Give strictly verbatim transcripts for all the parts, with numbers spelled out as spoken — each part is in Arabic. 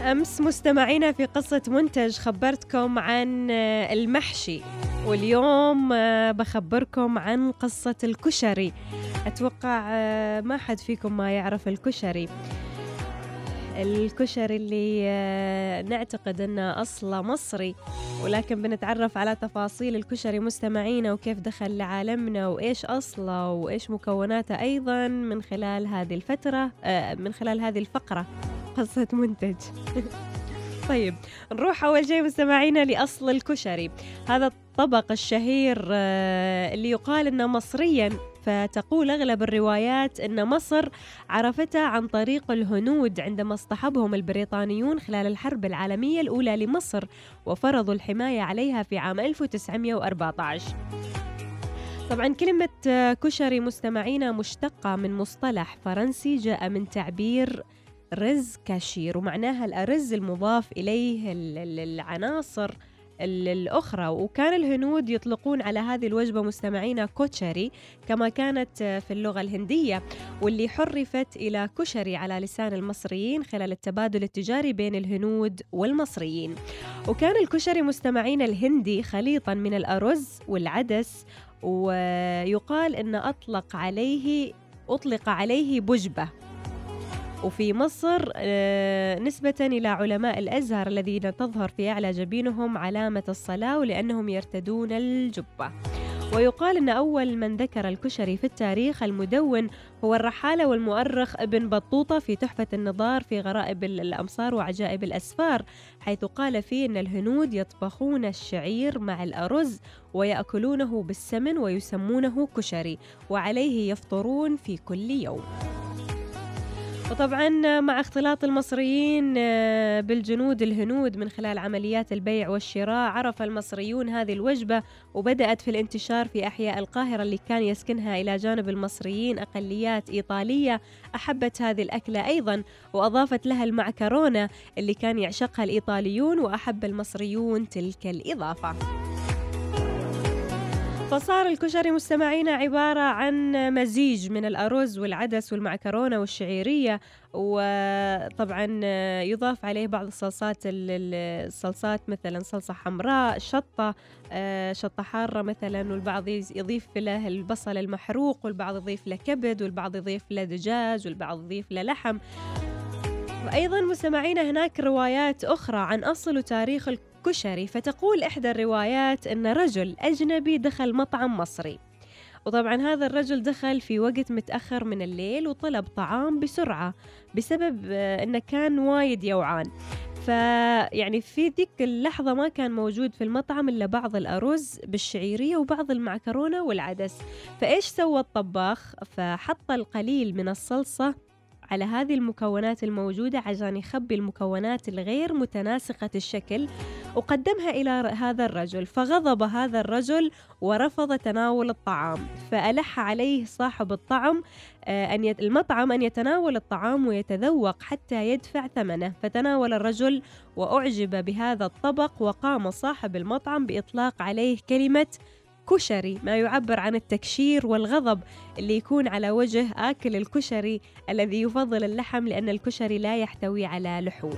أمس مستمعينا في قصة منتج خبرتكم عن المحشي، واليوم بخبركم عن قصة الكشري. أتوقع ما حد فيكم ما يعرف الكشري. الكشري اللي نعتقد أنه أصله مصري، ولكن بنتعرف على تفاصيل الكشري مستمعينا وكيف دخل لعالمنا وإيش أصله وإيش مكوناته أيضا من خلال هذه الفترة من خلال هذه الفقرة قصة منتج. طيب نروح أول شيء مستمعينا لأصل الكشري. هذا الطبق الشهير اللي يقال أنه مصريا، فتقول أغلب الروايات أن مصر عرفتها عن طريق الهنود عندما اصطحبهم البريطانيون خلال الحرب العالمية الأولى لمصر وفرضوا الحماية عليها في عام ألف وتسعمئة وأربعة عشر. طبعا كلمة كشري مستمعينا مشتقة من مصطلح فرنسي جاء من تعبير رز كاشير، ومعناها الأرز المضاف إليه العناصر الأخرى. وكان الهنود يطلقون على هذه الوجبة مستمعينا كوتشري كما كانت في اللغة الهندية، واللي حرفت إلى كشري على لسان المصريين خلال التبادل التجاري بين الهنود والمصريين. وكان الكشري مستمعينا الهندي خليطا من الأرز والعدس، ويقال أن أطلق عليه أطلق عليه بجبة. وفي مصر نسبة إلى علماء الأزهر الذين تظهر في أعلى جبينهم علامة الصلاة ولأنهم يرتدون الجبة. ويقال أن أول من ذكر الكشري في التاريخ المدون هو الرحالة والمؤرخ ابن بطوطة في تحفة النظار في غرائب الأمصار وعجائب الأسفار، حيث قال فيه أن الهنود يطبخون الشعير مع الأرز ويأكلونه بالسمن ويسمونه كشري، وعليه يفطرون في كل يوم. وطبعا مع اختلاط المصريين بالجنود الهنود من خلال عمليات البيع والشراء، عرف المصريون هذه الوجبة وبدأت في الانتشار في أحياء القاهرة اللي كان يسكنها إلى جانب المصريين أقليات إيطالية أحبت هذه الأكلة أيضا، وأضافت لها المعكرونة اللي كان يعشقها الإيطاليون وأحب المصريون تلك الإضافة. فصار الكشري مستمعينا عبارة عن مزيج من الأرز والعدس والمعكرونة والشعيرية، وطبعا يضاف عليه بعض الصلصات الصلصات مثلا صلصة حمراء، شطة شطة حارة مثلا، والبعض يضيف له البصل المحروق، والبعض يضيف له كبد، والبعض يضيف له دجاج، والبعض يضيف له لحم. وأيضا مستمعينا هناك روايات أخرى عن أصل وتاريخ الكشري. فتقول إحدى الروايات أن رجل أجنبي دخل مطعم مصري، وطبعا هذا الرجل دخل في وقت متأخر من الليل وطلب طعام بسرعة بسبب أنه كان وايد يوعان. فيعني في ذيك اللحظة ما كان موجود في المطعم إلا بعض الأرز بالشعيرية وبعض المعكرونة والعدس. فإيش سوى الطباخ؟ فحط القليل من الصلصة على هذه المكونات الموجودة عشان يخبي المكونات الغير متناسقة الشكل، وقدمها إلى هذا الرجل. فغضب هذا الرجل ورفض تناول الطعام، فألح عليه صاحب الطعم أن يت... المطعم أن يتناول الطعام ويتذوق حتى يدفع ثمنه. فتناول الرجل وأعجب بهذا الطبق، وقام صاحب المطعم بإطلاق عليه كلمة كشري، ما يعبر عن التكشير والغضب اللي يكون على وجه آكل الكشري الذي يفضل اللحم، لأن الكشري لا يحتوي على لحوم.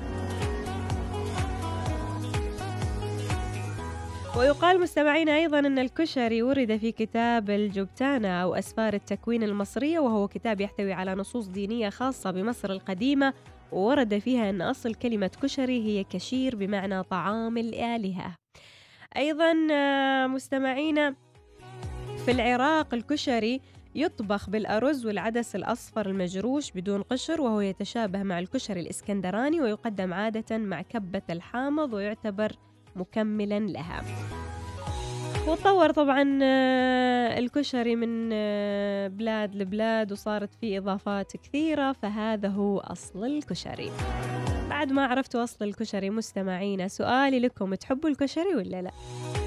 ويقال مستمعين أيضا أن الكشري ورد في كتاب الجبتانة أو أسفار التكوين المصرية، وهو كتاب يحتوي على نصوص دينية خاصة بمصر القديمة، وورد فيها أن أصل كلمة كشري هي كشير بمعنى طعام الآلهة. أيضا مستمعين في العراق الكشري يطبخ بالأرز والعدس الأصفر المجروش بدون قشر، وهو يتشابه مع الكشري الإسكندراني، ويقدم عادة مع كبة الحامض ويعتبر مكملا لها. وتطور طبعا الكشري من بلاد لبلاد وصارت فيه إضافات كثيرة، فهذا هو أصل الكشري. بعد ما عرفتوا أصل الكشري مستمعينا، سؤالي لكم، تحبوا الكشري ولا لا؟